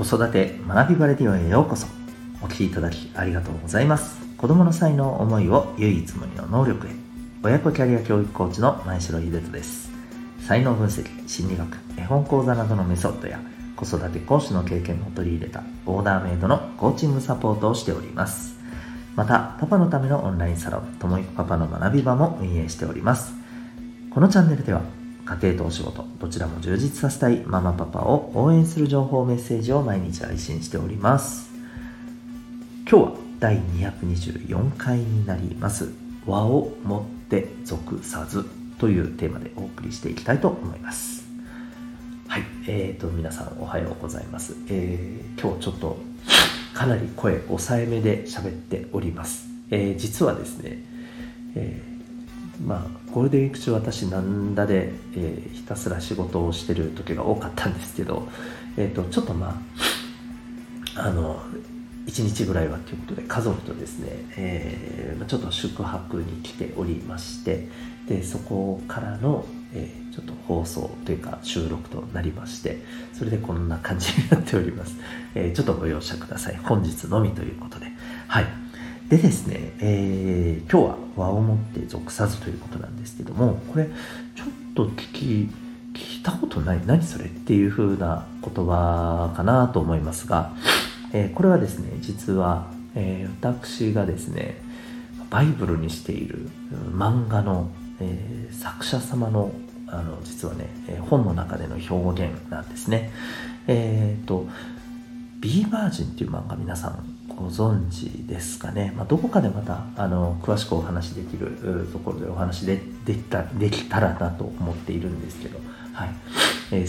育て学びバレディオへようこそ。お聞きいただきありがとうございます。子供の才能、思いを唯一無二の能力へ。親子キャリア教育コーチの前城秀人です。才能分析、心理学、絵本講座などのメソッドや子育て講師の経験も取り入れたオーダーメイドのコーチングサポートをしております。また、パパのためのオンラインサロン、ともいくパパの学び場も運営しております。このチャンネルでは家庭とお仕事どちらも充実させたいママパパを応援する情報メッセージを毎日配信しております。今日は第224回になります。和をもって属さずというテーマでお送りしていきたいと思います。はい、皆さんおはようございます。今日ちょっとかなり声抑えめで喋っております。実はですね、ゴールデンウィーク中私なんだで、ひたすら仕事をしてる時が多かったんですけど、ちょっと1日ぐらいはということで家族とですね、ちょっと宿泊に来ておりまして、でそこからの、ちょっと放送というか収録となりまして、それでこんな感じになっております。ちょっとご容赦ください。本日のみということで、はい。でですね、今日は和をもって属さずということなんですけども、これちょっと聞いたことない、何それっていう風な言葉かなと思いますが、これはですね、実は、私がですねバイブルにしている漫画の、作者様の実はね、本の中での表現なんですね。ビーバージンっていう漫画皆さんご存知ですかね。どこかでまた詳しくお話できるところでお話できたらなと思っているんですけど、はい。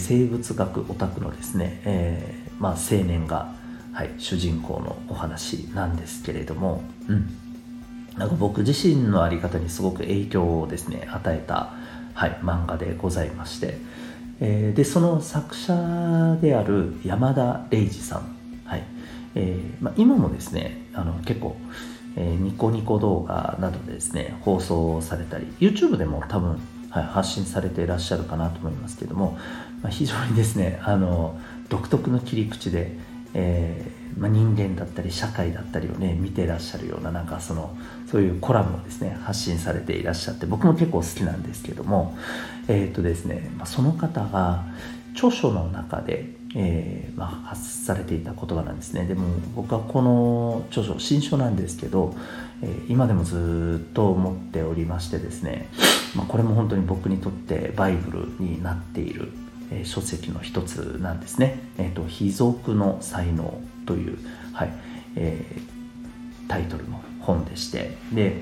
生物学オタクのですね、青年が、はい、主人公のお話なんですけれども、なんか僕自身の在り方にすごく影響をですね与えた、はい、漫画でございまして、でその作者である山田礼二さん、はい、今もですね結構、ニコニコ動画などでですね放送されたり YouTube でも多分、はい、発信されていらっしゃるかなと思いますけども、非常にですね独特の切り口で、人間だったり社会だったりをね見ていらっしゃるような、なんかそういうコラムをですね発信されていらっしゃって、僕も結構好きなんですけども、ですね、その方が著書の中で、発されていた言葉なんですね。でも僕はこの著書新書なんですけど、今でもずっと持っておりましてですね、これも本当に僕にとってバイブルになっている書籍の一つなんですね。秘蔵の才能という、はい、タイトルの本でして、で、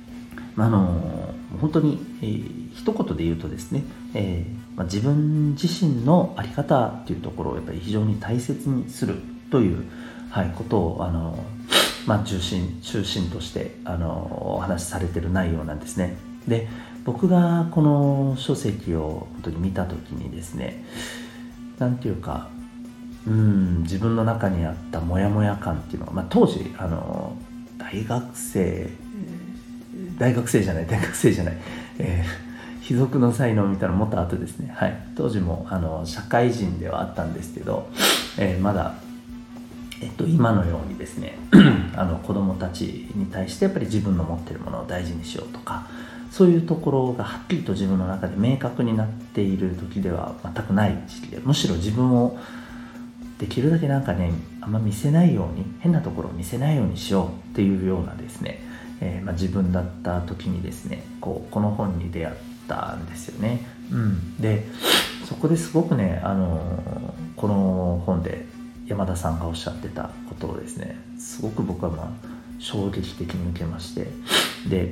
本当に、一言で言うとですね、自分自身の在り方っていうところをやっぱり非常に大切にするという、はい、ことを中心としてお話しされている内容なんですね。で、僕がこの書籍を本当に見た時にですね、なんていうか、自分の中にあったモヤモヤ感っていうのが、当時大学生じゃない、秘蔵の才能みたいなのもっと後ですね、はい、当時も社会人ではあったんですけど、まだ今のようにですね子供たちに対してやっぱり自分の持っているものを大事にしようとか、そういうところがはっきりと自分の中で明確になっている時では全くない時期で、むしろ自分をできるだけなんかねあんま見せないように、変なところを見せないようにしようっていうようなですね、自分だった時にですねこの本に出会ったんですよね。でそこですごくねこの本で山田さんがおっしゃってたことをですねすごく僕は衝撃的に受けまして、で、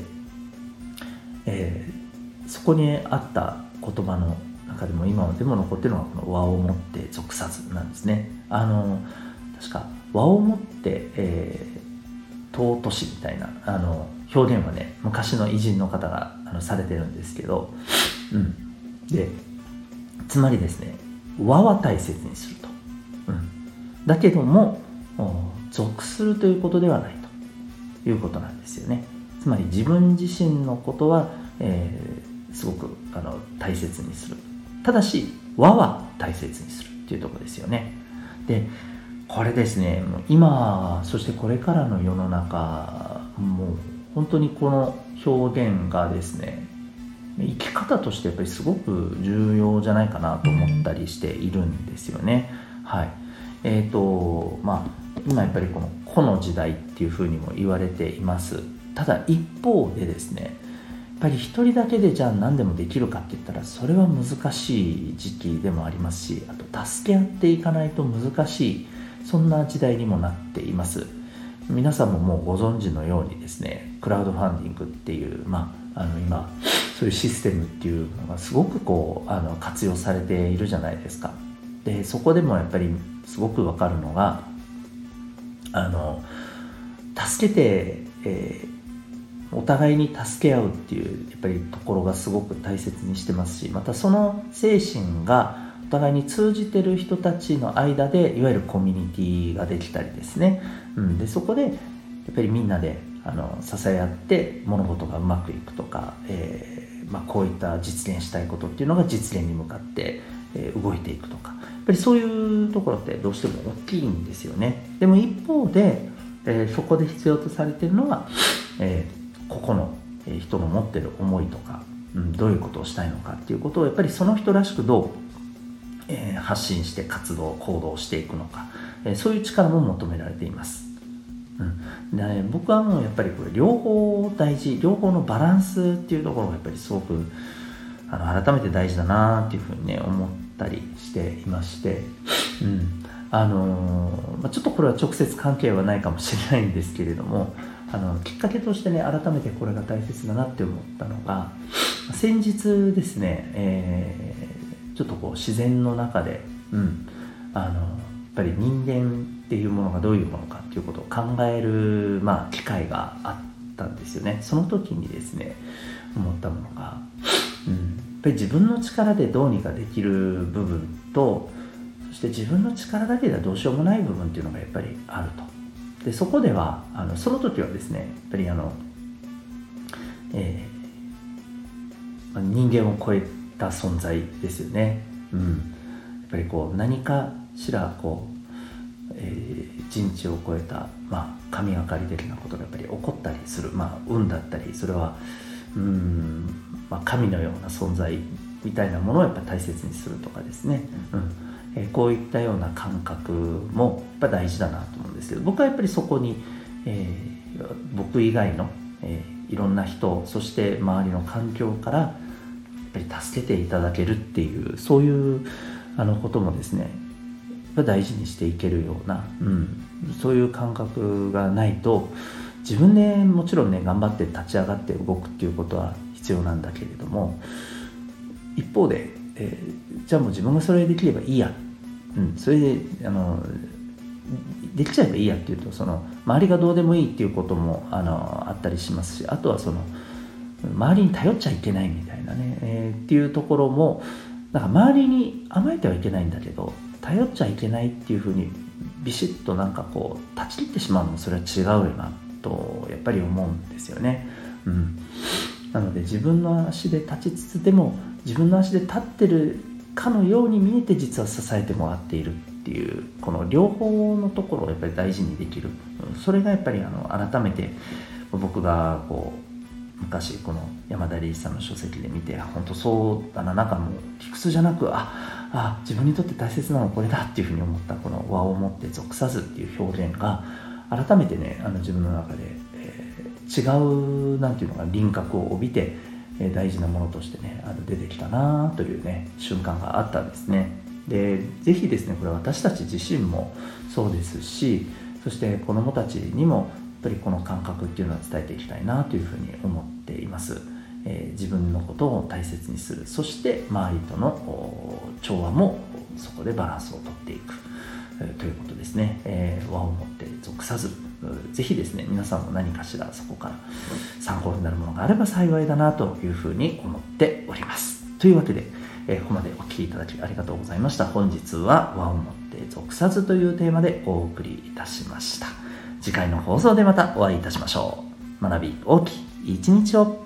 そこにあった言葉の中でも今でも残っているのがこの和をもって属さずなんですね。確か和をもって、尊しみたいな表現はね昔の偉人の方がされてるんですけど、でつまりですね和は大切にすると、だけども属するということではないということなんですよね。つまり自分自身のことは、すごく大切にする、ただし和は大切にするっていうところですよね。でこれですね、もう今そしてこれからの世の中、もう本当にこの表現がですね、生き方としてやっぱりすごく重要じゃないかなと思ったりしているんですよね。はい。今やっぱりこの個の時代っていうふうにも言われています。ただ一方でですね、やっぱり一人だけでじゃあ何でもできるかって言ったらそれは難しい時期でもありますし、あと助け合っていかないと難しい、そんな時代にもなっています。皆さんももうご存知のようにですね、クラウドファンディングっていう、今そういうシステムっていうのがすごく活用されているじゃないですか。でそこでもやっぱりすごく分かるのが、助けて、お互いに助け合うっていうやっぱりところがすごく大切にしてますし、またその精神がお互いに通じてる人たちの間でいわゆるコミュニティができたりですね、でそこでやっぱりみんなで支え合って物事がうまくいくとか、こういった実現したいことっていうのが実現に向かって、動いていくとか、やっぱりそういうところってどうしても大きいんですよね。でも一方で、そこで必要とされているのは、個々の人の持ってる思いとか、どういうことをしたいのかっていうことをやっぱりその人らしくどう、発信して活動行動していくのか、そういう力も求められています。で僕はもうやっぱりこれ両方大事、両方のバランスっていうところがやっぱりすごく改めて大事だなっていうふうにね思ったりしていまして、ちょっとこれは直接関係はないかもしれないんですけれども、きっかけとしてね改めてこれが大切だなって思ったのが、先日ですね、ちょっとこう自然の中で、やっぱり人間っていうものがどういうものかっていうことを考える、機会があったんですよね。その時にですね思ったものが、やっぱり自分の力でどうにかできる部分と、そして自分の力だけではどうしようもない部分っていうのがやっぱりあると。でそこではその時はですね、やっぱり人間を超えた存在ですよね。やっぱりこう何かしら人知を超えた、神がかり的なことがやっぱり起こったりする、運だったり、それは神のような存在みたいなものをやっぱり大切にするとかですね、こういったような感覚もやっぱ大事だなと思うんですけど、僕はやっぱりそこに、僕以外の、いろんな人、そして周りの環境からやっぱり助けていただけるっていう、そういうこともですね大事にしていけるような、そういう感覚がないと、自分でもちろんね頑張って立ち上がって動くっていうことは必要なんだけれども、一方で、じゃあもう自分がそれできればいいや、それでできちゃえばいいやっていうと、その周りがどうでもいいっていうこともあったりしますし、あとはその周りに頼っちゃいけないみたいなね、っていうところも、なんか周りに甘えてはいけないんだけど頼っちゃいけないっていうふうにビシッとなんかこう断ち切ってしまうのもそれは違うよなとやっぱり思うんですよね。なので自分の足で立ちつつでも自分の足で立ってるかのように見えて実は支えてもらっているっていう、この両方のところをやっぱり大事にできる、それがやっぱり改めて僕がこう昔この山田理一さんの書籍で見て、本当そうだな、なんかもう理屈じゃなく自分にとって大切なのはこれだっていうふうに思った、この和をもって属さずっていう表現が改めてね自分の中で、違うなんていうのか輪郭を帯びて、大事なものとしてね出てきたなというね瞬間があったんですね。でぜひですねこれ私たち自身もそうですし、そして子どもたちにもやっぱりこの感覚っていうのは伝えていきたいなというふうに思っています。自分のことを大切にする、そして周りとの調和もそこでバランスをとっていく、ということですね。和をもって属さず、ぜひですね皆さんも何かしらそこから参考になるものがあれば幸いだなというふうに思っております。というわけで、ここまでお聞きいただきありがとうございました。本日は和をもって属さずというテーマでお送りいたしました。次回の放送でまたお会いいたしましょう。学び大きい一日を。